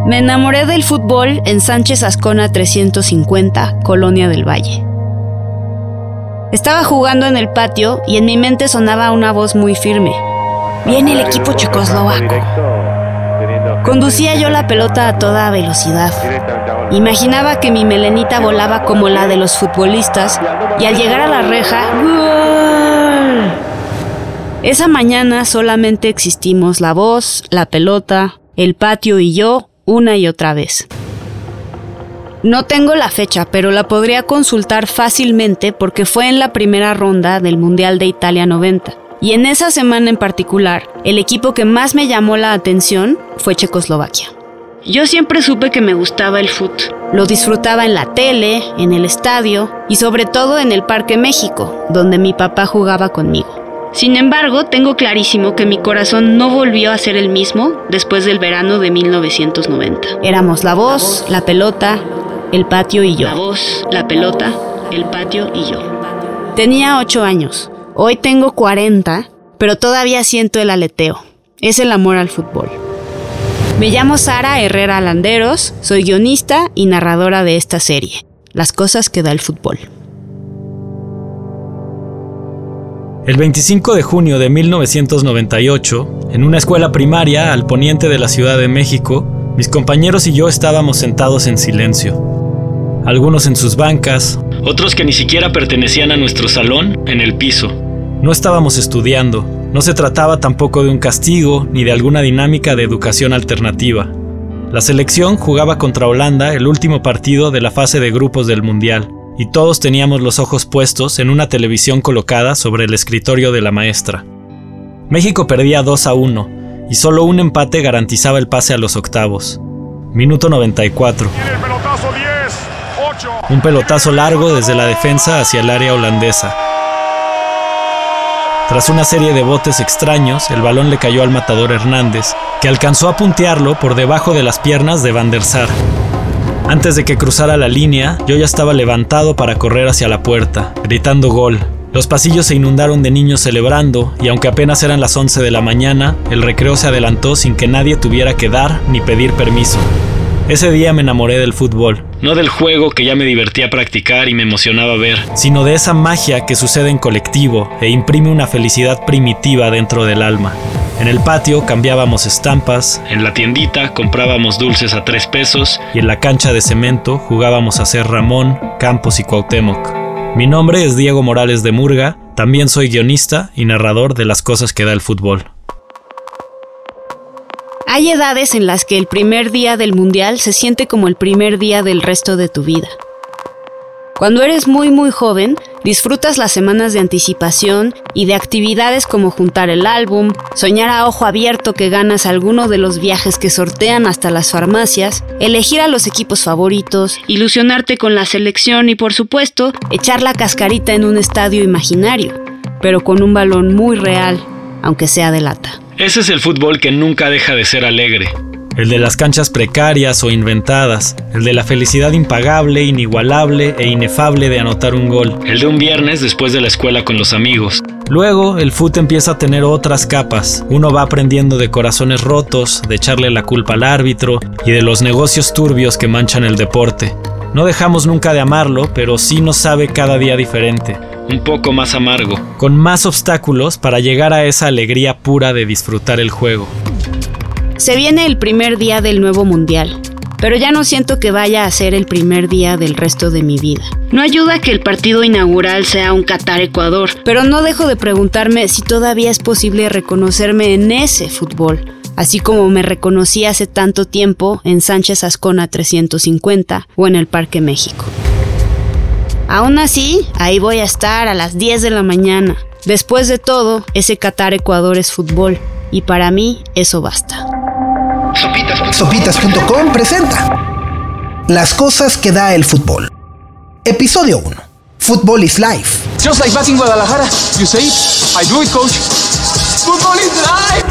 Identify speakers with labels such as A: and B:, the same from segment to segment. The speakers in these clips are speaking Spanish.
A: Me enamoré del fútbol en Sánchez Azcona 350, Colonia del Valle. Estaba jugando en el patio y en mi mente sonaba una voz muy firme. Viene el equipo checoslovaco. Conducía yo la pelota a toda velocidad. Imaginaba que mi melenita volaba como la de los futbolistas y al llegar a la reja, ¡gol! Esa mañana solamente existimos la voz, la pelota, el patio y yo una y otra vez. No tengo la fecha, pero la podría consultar fácilmente porque fue en la primera ronda del Mundial de Italia 90. Y en esa semana en particular, el equipo que más me llamó la atención fue Checoslovaquia. Yo siempre supe que me gustaba el fútbol. Lo disfrutaba en la tele, en el estadio y sobre todo en el Parque México, donde mi papá jugaba conmigo. Sin embargo, tengo clarísimo que mi corazón no volvió a ser el mismo después del verano de 1990. Éramos la voz, la pelota, el patio y yo. La voz, la pelota, el patio y yo. Tenía 8 años. Hoy tengo 40, pero todavía siento el aleteo. Es el amor al fútbol. Me llamo Sara Herrera Landeros, soy guionista y narradora de esta serie, Las cosas que da el fútbol.
B: El 25 de junio de 1998, en una escuela primaria al poniente de la Ciudad de México, mis compañeros y yo estábamos sentados en silencio. Algunos en sus bancas, otros que ni siquiera pertenecían a nuestro salón, en el piso. No estábamos estudiando, no se trataba tampoco de un castigo ni de alguna dinámica de educación alternativa. La selección jugaba contra Holanda el último partido de la fase de grupos del Mundial, y todos teníamos los ojos puestos en una televisión colocada sobre el escritorio de la maestra. México perdía 2-1, y solo un empate garantizaba el pase a los octavos. Minuto 94. Un pelotazo largo desde la defensa hacia el área holandesa. Tras una serie de botes extraños, el balón le cayó al matador Hernández, que alcanzó a puntearlo por debajo de las piernas de Van der Sar. Antes de que cruzara la línea, yo ya estaba levantado para correr hacia la puerta, gritando gol. Los pasillos se inundaron de niños celebrando, y aunque apenas eran las 11 de la mañana, el recreo se adelantó sin que nadie tuviera que dar ni pedir permiso. Ese día me enamoré del fútbol. No del juego que ya me divertía practicar y me emocionaba ver, sino de esa magia que sucede en colectivo e imprime una felicidad primitiva dentro del alma. En el patio cambiábamos estampas, en la tiendita comprábamos dulces a 3 pesos y en la cancha de cemento jugábamos a ser Ramón, Campos y Cuauhtémoc. Mi nombre es Diego Morales de Murga, también soy guionista y narrador de Las cosas que da el fútbol.
A: Hay edades en las que el primer día del mundial se siente como el primer día del resto de tu vida. Cuando eres muy joven, disfrutas las semanas de anticipación y de actividades como juntar el álbum, soñar a ojo abierto que ganas alguno de los viajes que sortean hasta las farmacias, elegir a los equipos favoritos, ilusionarte con la selección y, por supuesto, echar la cascarita en un estadio imaginario, pero con un balón muy real, aunque sea de lata.
B: Ese es el fútbol que nunca deja de ser alegre. El de las canchas precarias o inventadas, el de la felicidad impagable, inigualable e inefable de anotar un gol, el de un viernes después de la escuela con los amigos. Luego, el fútbol empieza a tener otras capas. Uno va aprendiendo de corazones rotos, de echarle la culpa al árbitro y de los negocios turbios que manchan el deporte. No dejamos nunca de amarlo, pero sí nos sabe cada día diferente. Un poco más amargo, con más obstáculos para llegar a esa alegría pura de disfrutar el juego.
A: Se viene el primer día del nuevo mundial, pero ya no siento que vaya a ser el primer día del resto de mi vida. No ayuda que el partido inaugural sea un Qatar-Ecuador, pero no dejo de preguntarme si todavía es posible reconocerme en ese fútbol, así como me reconocí hace tanto tiempo en Sánchez Azcona 350 o en el Parque México. Aún así, ahí voy a estar a las 10 de la mañana. Después de todo, ese Qatar-Ecuador es fútbol, y para mí eso basta.
C: Sopitas.com presenta Las cosas que da el fútbol. Episodio 1. Football is life.
D: Just like back in Guadalajara. You say it, I do it, coach. Football is life.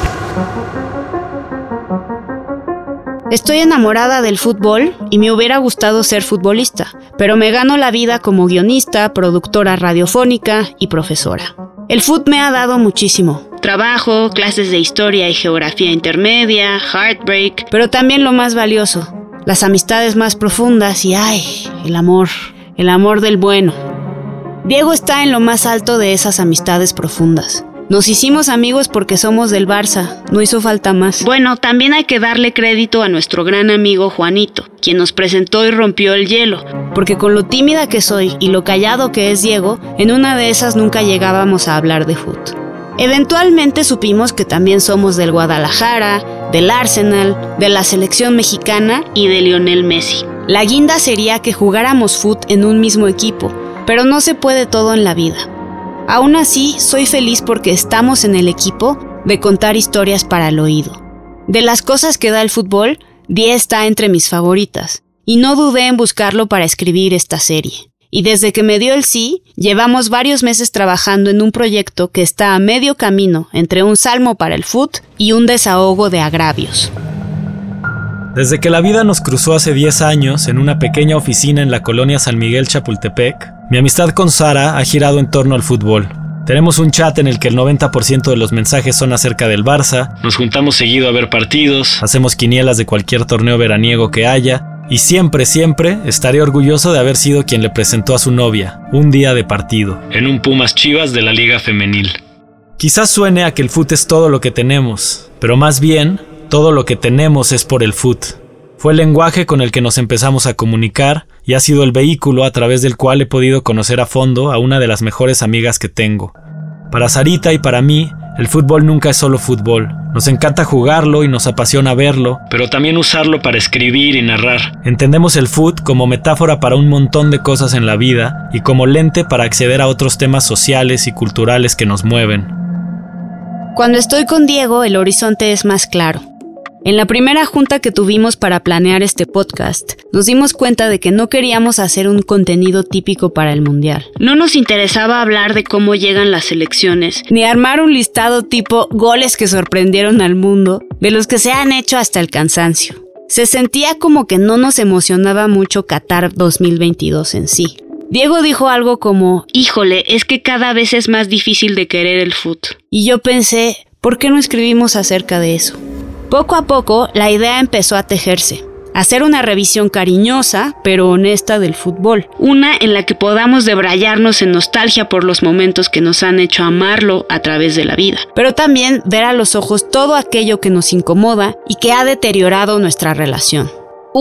A: Estoy enamorada del fútbol y me hubiera gustado ser futbolista, pero me gano la vida como guionista, productora radiofónica y profesora. El fútbol me ha dado muchísimo. trabajo, clases de historia y geografía intermedia, heartbreak, pero también lo más valioso, las amistades más profundas y el amor del bueno. Diego está en lo más alto de esas amistades profundas. Nos hicimos amigos porque somos del Barça, no hizo falta más. Bueno, también hay que darle crédito a nuestro gran amigo Juanito, quien nos presentó y rompió el hielo. Porque con lo tímida que soy y lo callado que es Diego, en una de esas nunca llegábamos a hablar de fútbol. Eventualmente supimos que también somos del Guadalajara, del Arsenal, de la selección mexicana y de Lionel Messi. La guinda sería que jugáramos fútbol en un mismo equipo, pero no se puede todo en la vida. Aún así, soy feliz porque estamos en el equipo de contar historias para el oído. De las cosas que da el fútbol, 10 está entre mis favoritas, y no dudé en buscarlo para escribir esta serie. Y desde que me dio el sí, llevamos varios meses trabajando en un proyecto que está a medio camino entre un salmo para el fútbol y un desahogo de agravios.
B: Desde que la vida nos cruzó hace 10 años en una pequeña oficina en la colonia San Miguel Chapultepec, mi amistad con Sara ha girado en torno al fútbol. Tenemos un chat en el que el 90% de los mensajes son acerca del Barça, nos juntamos seguido a ver partidos, hacemos quinielas de cualquier torneo veraniego que haya, y siempre estaré orgulloso de haber sido quien le presentó a su novia un día de partido, en un Pumas Chivas de la Liga Femenil. Quizás suene a que el fútbol es todo lo que tenemos, pero más bien, todo lo que tenemos es por el fútbol. Fue el lenguaje con el que nos empezamos a comunicar y ha sido el vehículo a través del cual he podido conocer a fondo a una de las mejores amigas que tengo. Para Sarita y para mí, el fútbol nunca es solo fútbol. Nos encanta jugarlo y nos apasiona verlo, pero también usarlo para escribir y narrar. Entendemos el fútbol como metáfora para un montón de cosas en la vida y como lente para acceder a otros temas sociales y culturales que nos mueven.
A: Cuando estoy con Diego, el horizonte es más claro. En la primera junta que tuvimos para planear este podcast, nos dimos cuenta de que no queríamos hacer un contenido típico para el Mundial. No nos interesaba hablar de cómo llegan las selecciones, ni armar un listado tipo goles que sorprendieron al mundo, de los que se han hecho hasta el cansancio. Se sentía como que no nos emocionaba mucho Qatar 2022 en sí. Diego dijo algo como, híjole, es que cada vez es más difícil de querer el fútbol. Y yo pensé, ¿por qué no escribimos acerca de eso? Poco a poco, la idea empezó a tejerse. Hacer una revisión cariñosa, pero honesta del fútbol. Una en la que podamos debrayarnos en nostalgia por los momentos que nos han hecho amarlo a través de la vida. Pero también ver a los ojos todo aquello que nos incomoda y que ha deteriorado nuestra relación.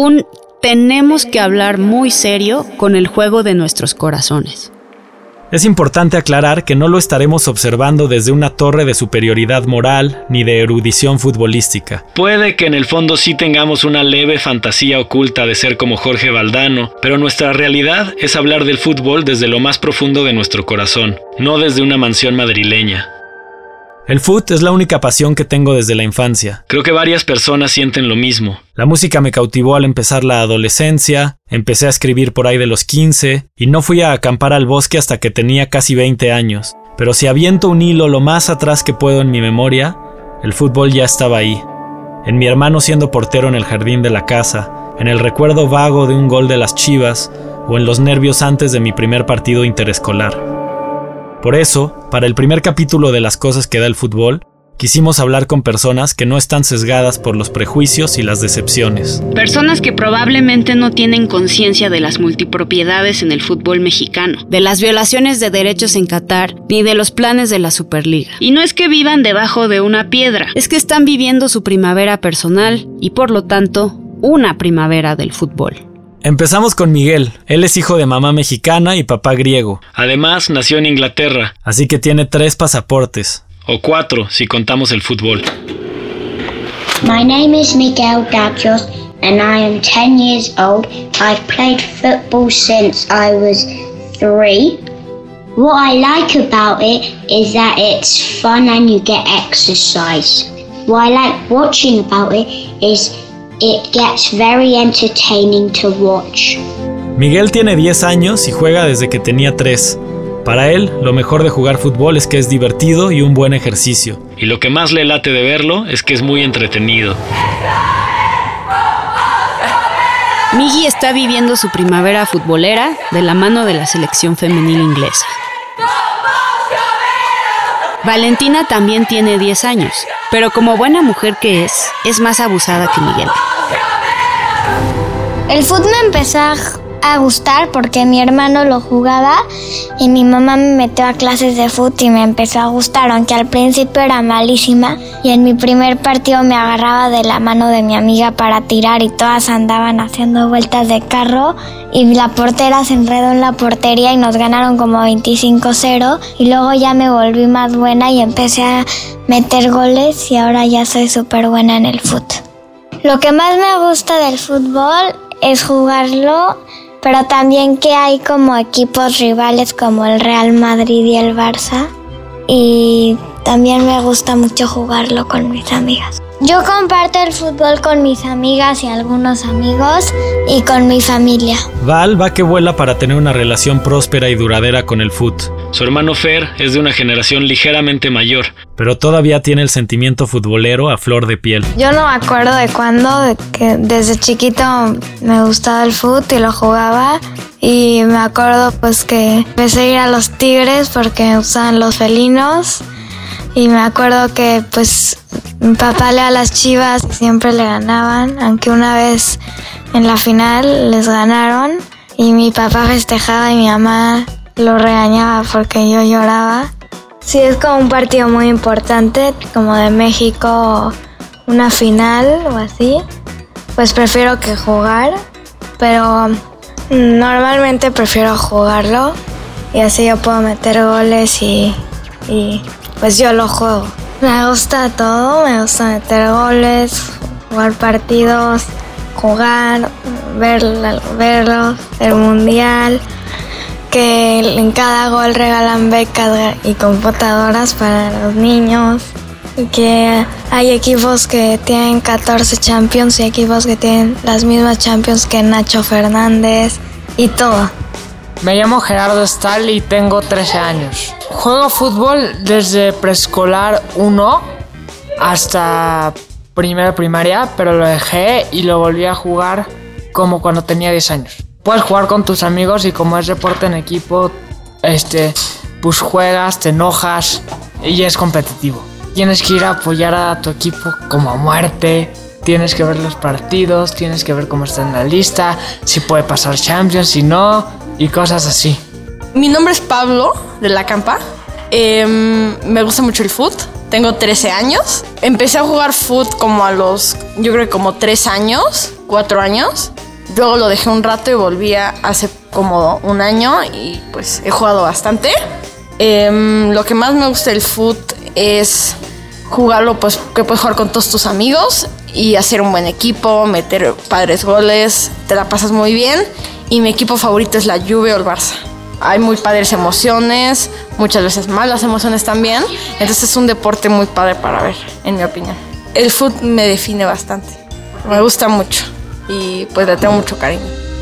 A: Tenemos que hablar muy serio con el juego de nuestros corazones.
B: Es importante aclarar que no lo estaremos observando desde una torre de superioridad moral ni de erudición futbolística. Puede que en el fondo sí tengamos una leve fantasía oculta de ser como Jorge Valdano, pero nuestra realidad es hablar del fútbol desde lo más profundo de nuestro corazón, no desde una mansión madrileña. El fútbol es la única pasión que tengo desde la infancia. Creo que varias personas sienten lo mismo. La música me cautivó al empezar la adolescencia, empecé a escribir por ahí de los 15 y no fui a acampar al bosque hasta que tenía casi 20 años. Pero si aviento un hilo lo más atrás que puedo en mi memoria, el fútbol ya estaba ahí. En mi hermano siendo portero en el jardín de la casa, en el recuerdo vago de un gol de las Chivas o en los nervios antes de mi primer partido interescolar. Por eso, para el primer capítulo de Las cosas que da el fútbol, quisimos hablar con personas que no están sesgadas por los prejuicios y las decepciones.
A: Personas que probablemente no tienen conciencia de las multipropiedades en el fútbol mexicano, de las violaciones de derechos en Qatar, ni de los planes de la Superliga. Y no es que vivan debajo de una piedra, es que están viviendo su primavera personal y por lo tanto, una primavera del fútbol.
B: Empezamos con Miguel. Él es hijo de mamá mexicana y papá griego. Además, nació en Inglaterra, así que tiene 3 pasaportes. O 4, si contamos el fútbol.
E: My name is Miguel Gabjos and I am 10 years old. I've played football since I was 3. What I like about it is that it's fun and you get exercise. What I like watching about it is it gets very entertaining to watch.
B: Miguel tiene 10 años y juega desde que tenía 3. Para él, lo mejor de jugar fútbol es que es divertido y un buen ejercicio. Y lo que más le late de verlo es que es muy entretenido.
A: Miggy está viviendo su primavera futbolera de la mano de la selección femenil inglesa. Valentina también tiene 10 años, pero como buena mujer que es más abusada que Miguel.
E: El fútbol me empezó a gustar porque mi hermano lo jugaba y mi mamá me metió a clases de fútbol y me empezó a gustar, aunque al principio era malísima y en mi primer partido me agarraba de la mano de mi amiga para tirar y todas andaban haciendo vueltas de carro y la portera se enredó en la portería y nos ganaron como 25-0 y luego ya me volví más buena y empecé a meter goles y ahora ya soy súper buena en el fútbol. Lo que más me gusta del fútbol es jugarlo, pero también que hay como equipos rivales como el Real Madrid y el Barça. Y también me gusta mucho jugarlo con mis amigas. Yo comparto el fútbol con mis amigas y algunos amigos y con mi familia.
B: Val va que vuela para tener una relación próspera y duradera con el fut. Su hermano Fer es de una generación ligeramente mayor, pero todavía tiene el sentimiento futbolero a flor de piel.
F: Yo no me acuerdo de cuándo, de que desde chiquito me gustaba el fútbol y lo jugaba. Y me acuerdo pues que empecé a ir a los Tigres porque me gustaban los felinos. Y me acuerdo que pues mi papá le a las Chivas y siempre le ganaban, aunque una vez en la final les ganaron y mi papá festejaba y mi mamá lo regañaba porque yo lloraba. Sí, es como un partido muy importante, como de México, una final o así, pues prefiero que jugar, pero normalmente prefiero jugarlo y así yo puedo meter goles y pues yo lo juego. Me gusta todo, me gusta meter goles, jugar partidos, jugar, verlos, el mundial, que en cada gol regalan becas y computadoras para los niños, que hay equipos que tienen 14 Champions y equipos que tienen las mismas Champions que Nacho Fernández y todo.
G: Me llamo Gerardo Stahl y tengo 13 años. Juego fútbol desde preescolar 1 hasta primera primaria, pero lo dejé y lo volví a jugar como cuando tenía 10 años. Puedes jugar con tus amigos y como es deporte en equipo, pues juegas, te enojas y es competitivo. Tienes que ir a apoyar a tu equipo como a muerte. Tienes que ver los partidos, tienes que ver cómo está en la lista, si puede pasar Champions, si no, y cosas así.
H: Mi nombre es Pablo, de La Campa. Me gusta mucho el fútbol. Tengo 13 años. Empecé a jugar fútbol como a los, yo creo que como 3 años, 4 años. Luego lo dejé un rato y volví hace como un año y pues he jugado bastante. Lo que más me gusta del fútbol es jugarlo, pues que puedes jugar con todos tus amigos y hacer un buen equipo, meter padres goles, te la pasas muy bien. Y mi equipo favorito es la Juve o el Barça. Hay muy padres emociones, muchas veces malas emociones también. Entonces es un deporte muy padre para ver, en mi opinión. El fútbol me define bastante, me gusta mucho y pues le tengo mucho cariño.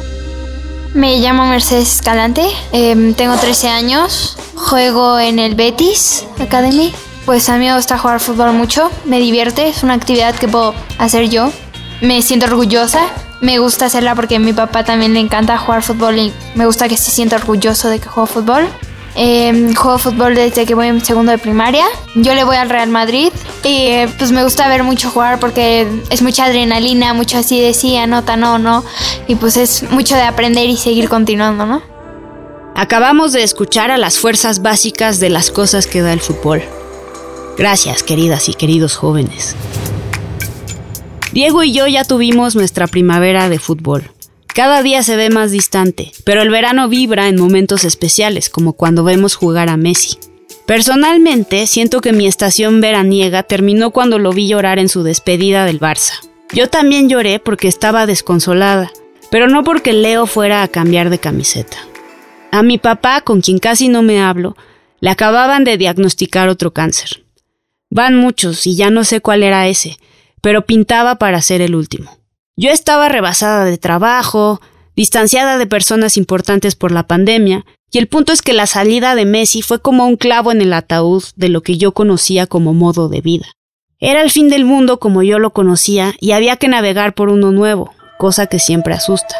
F: Me llamo Mercedes Escalante, tengo 13 años, juego en el Betis Academy. Pues a mí me gusta jugar fútbol mucho, me divierte, es una actividad que puedo hacer yo. Me siento orgullosa, me gusta hacerla porque a mi papá también le encanta jugar fútbol y me gusta que se sienta orgulloso de que juego fútbol. Juego fútbol desde que voy en segundo de primaria. Yo le voy al Real Madrid y pues me gusta ver mucho jugar porque es mucha adrenalina, mucho así de sí, anota, no. Y pues es mucho de aprender y seguir continuando, ¿no?
A: Acabamos de escuchar a las fuerzas básicas de las cosas que da el fútbol. Gracias, queridas y queridos jóvenes. Diego y yo ya tuvimos nuestra primavera de fútbol. Cada día se ve más distante, pero el verano vibra en momentos especiales, como cuando vemos jugar a Messi. Personalmente, siento que mi estación veraniega terminó cuando lo vi llorar en su despedida del Barça. Yo también lloré porque estaba desconsolada, pero no porque Leo fuera a cambiar de camiseta. A mi papá, con quien casi no me hablo, le acababan de diagnosticar otro cáncer. Van muchos y ya no sé cuál era ese, pero pintaba para ser el último. Yo estaba rebasada de trabajo, distanciada de personas importantes por la pandemia, y el punto es que la salida de Messi fue como un clavo en el ataúd de lo que yo conocía como modo de vida. Era el fin del mundo como yo lo conocía y había que navegar por uno nuevo, cosa que siempre asusta.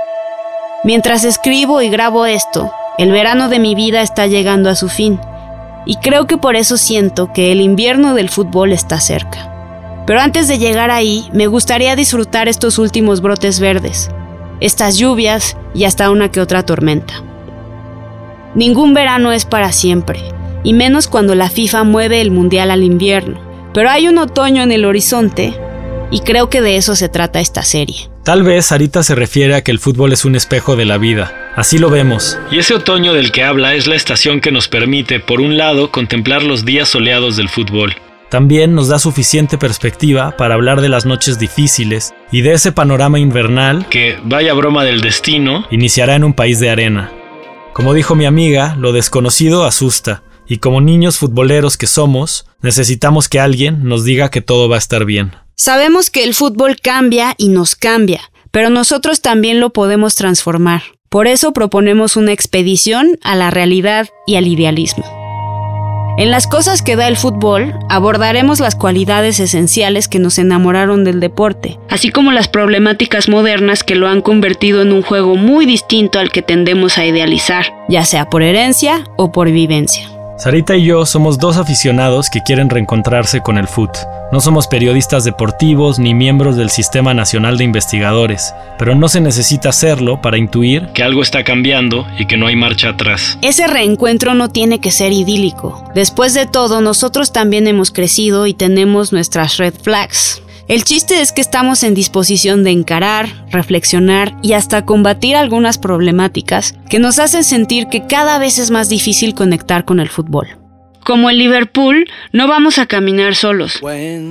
A: Mientras escribo y grabo esto, el verano de mi vida está llegando a su fin, y creo que por eso siento que el invierno del fútbol está cerca. Pero antes de llegar ahí, me gustaría disfrutar estos últimos brotes verdes, estas lluvias y hasta una que otra tormenta. Ningún verano es para siempre, y menos cuando la FIFA mueve el mundial al invierno. Pero hay un otoño en el horizonte, y creo que de eso se trata esta serie.
B: Tal vez Sarita se refiere a que el fútbol es un espejo de la vida. Así lo vemos. Y ese otoño del que habla es la estación que nos permite, por un lado, contemplar los días soleados del fútbol. También nos da suficiente perspectiva para hablar de las noches difíciles y de ese panorama invernal que, vaya broma del destino, iniciará en un país de arena. Como dijo mi amiga, lo desconocido asusta, y como niños futboleros que somos, necesitamos que alguien nos diga que todo va a estar bien.
A: Sabemos que el fútbol cambia y nos cambia, pero nosotros también lo podemos transformar. Por eso proponemos una expedición a la realidad y al idealismo. En las cosas que da el fútbol, abordaremos las cualidades esenciales que nos enamoraron del deporte, así como las problemáticas modernas que lo han convertido en un juego muy distinto al que tendemos a idealizar, ya sea por herencia o por vivencia.
B: Sarita y yo somos dos aficionados que quieren reencontrarse con el fut. No somos periodistas deportivos ni miembros del Sistema Nacional de Investigadores, pero no se necesita serlo para intuir que algo está cambiando y que no hay marcha atrás.
A: Ese reencuentro no tiene que ser idílico. Después de todo, nosotros también hemos crecido y tenemos nuestras red flags. El chiste es que estamos en disposición de encarar, reflexionar y hasta combatir algunas problemáticas que nos hacen sentir que cada vez es más difícil conectar con el fútbol. Como el Liverpool, no vamos a caminar solos.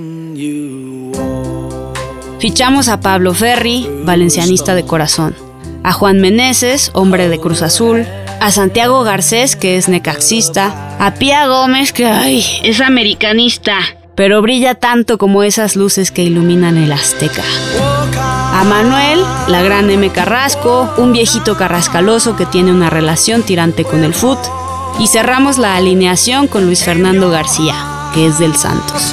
A: Fichamos a Pablo Ferri, valencianista de corazón, a Juan Meneses, hombre de Cruz Azul, a Santiago Garcés, que es necaxista, a Pía Gómez, que es americanista, pero brilla tanto como esas luces que iluminan el Azteca. A Manuel, la gran M. Carrasco, un viejito carrascaloso que tiene una relación tirante con el fut. Y cerramos la alineación con Luis Fernando García, que es del Santos.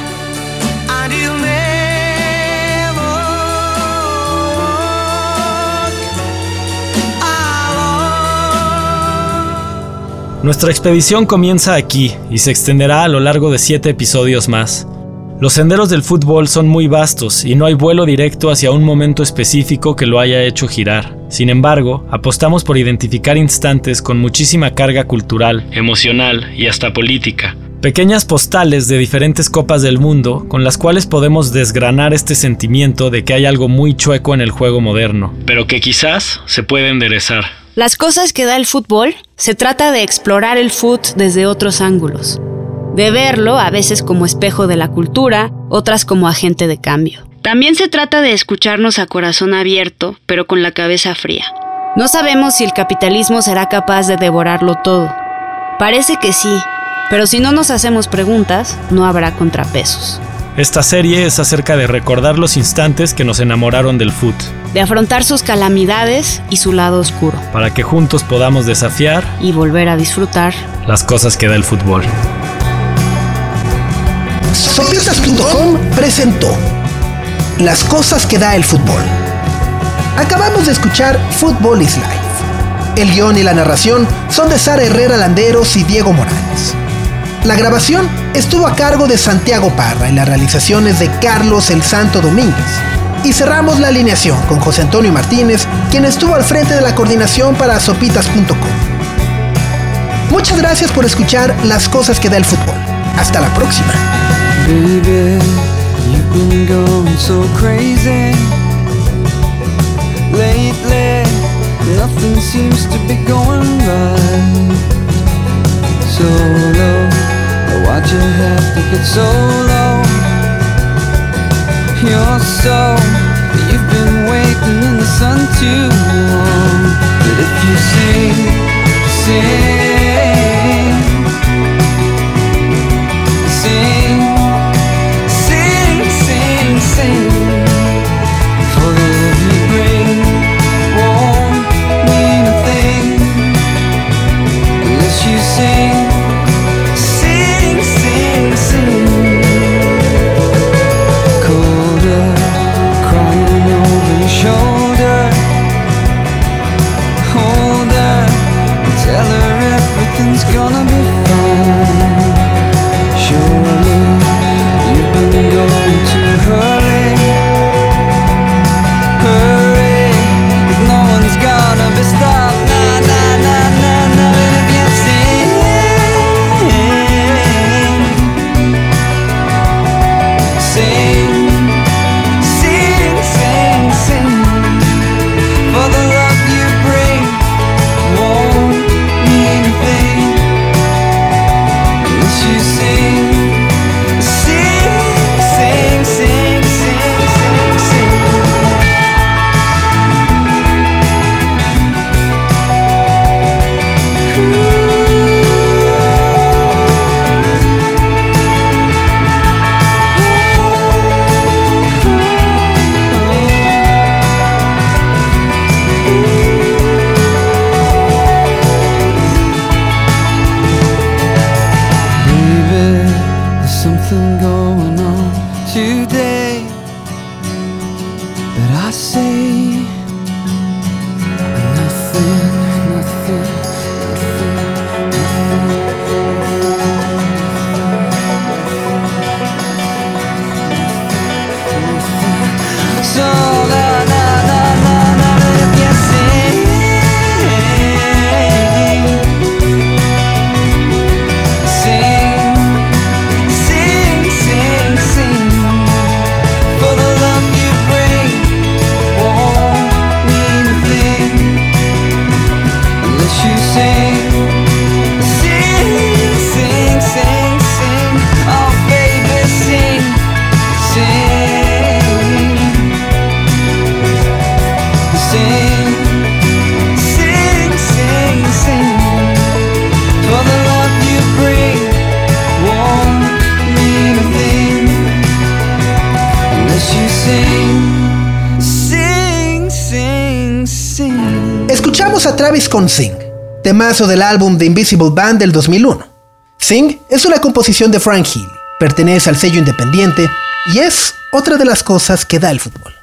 B: Nuestra expedición comienza aquí y se extenderá a lo largo de 7 episodios más. Los senderos del fútbol son muy vastos y no hay vuelo directo hacia un momento específico que lo haya hecho girar. Sin embargo, apostamos por identificar instantes con muchísima carga cultural, emocional y hasta política. Pequeñas postales de diferentes copas del mundo con las cuales podemos desgranar este sentimiento de que hay algo muy chueco en el juego moderno, pero que quizás se puede enderezar.
A: Las cosas que da el fútbol, se trata de explorar el fut desde otros ángulos. De verlo, a veces como espejo de la cultura, otras como agente de cambio. También se trata de escucharnos a corazón abierto, pero con la cabeza fría. No sabemos si el capitalismo será capaz de devorarlo todo. Parece que sí, pero si no nos hacemos preguntas, no habrá contrapesos.
B: Esta serie es acerca de recordar los instantes que nos enamoraron del fut.
A: De afrontar sus calamidades y su lado oscuro.
B: Para que juntos podamos desafiar
A: y volver a disfrutar
B: las cosas que da el fútbol.
C: Sopitas.com presentó Las cosas que da el fútbol. Acabamos de escuchar Football is Life. El guión y la narración son de Sara Herrera Landeros y Diego Morales. La grabación estuvo a cargo de Santiago Parra y las realizaciones de Carlos El Santo Domínguez. Y cerramos la alineación con José Antonio Martínez, quien estuvo al frente de la coordinación para Sopitas.com. Muchas gracias por escuchar Las cosas que da el fútbol. Hasta la próxima.
I: Baby, you've been going so crazy. Lately, nothing seems to be going right. So low, why'd you have to get so low? You're so, you've been waiting in the sun too long. But if you sing, sing, for the love you bring won't mean a thing unless you sing. Colder, crying over your shoulder. Hold her, tell her everything. say nothing. So if you sing, for the love you bring won't mean a thing unless you sing, oh baby, sing. For the love you bring won't mean a thing unless you sing.
C: Escuchamos a Travis con Sing, temazo del álbum The Invisible Band del 2001. Sing es una composición de Frank Hill, pertenece al sello independiente y es otra de las cosas que da el fútbol.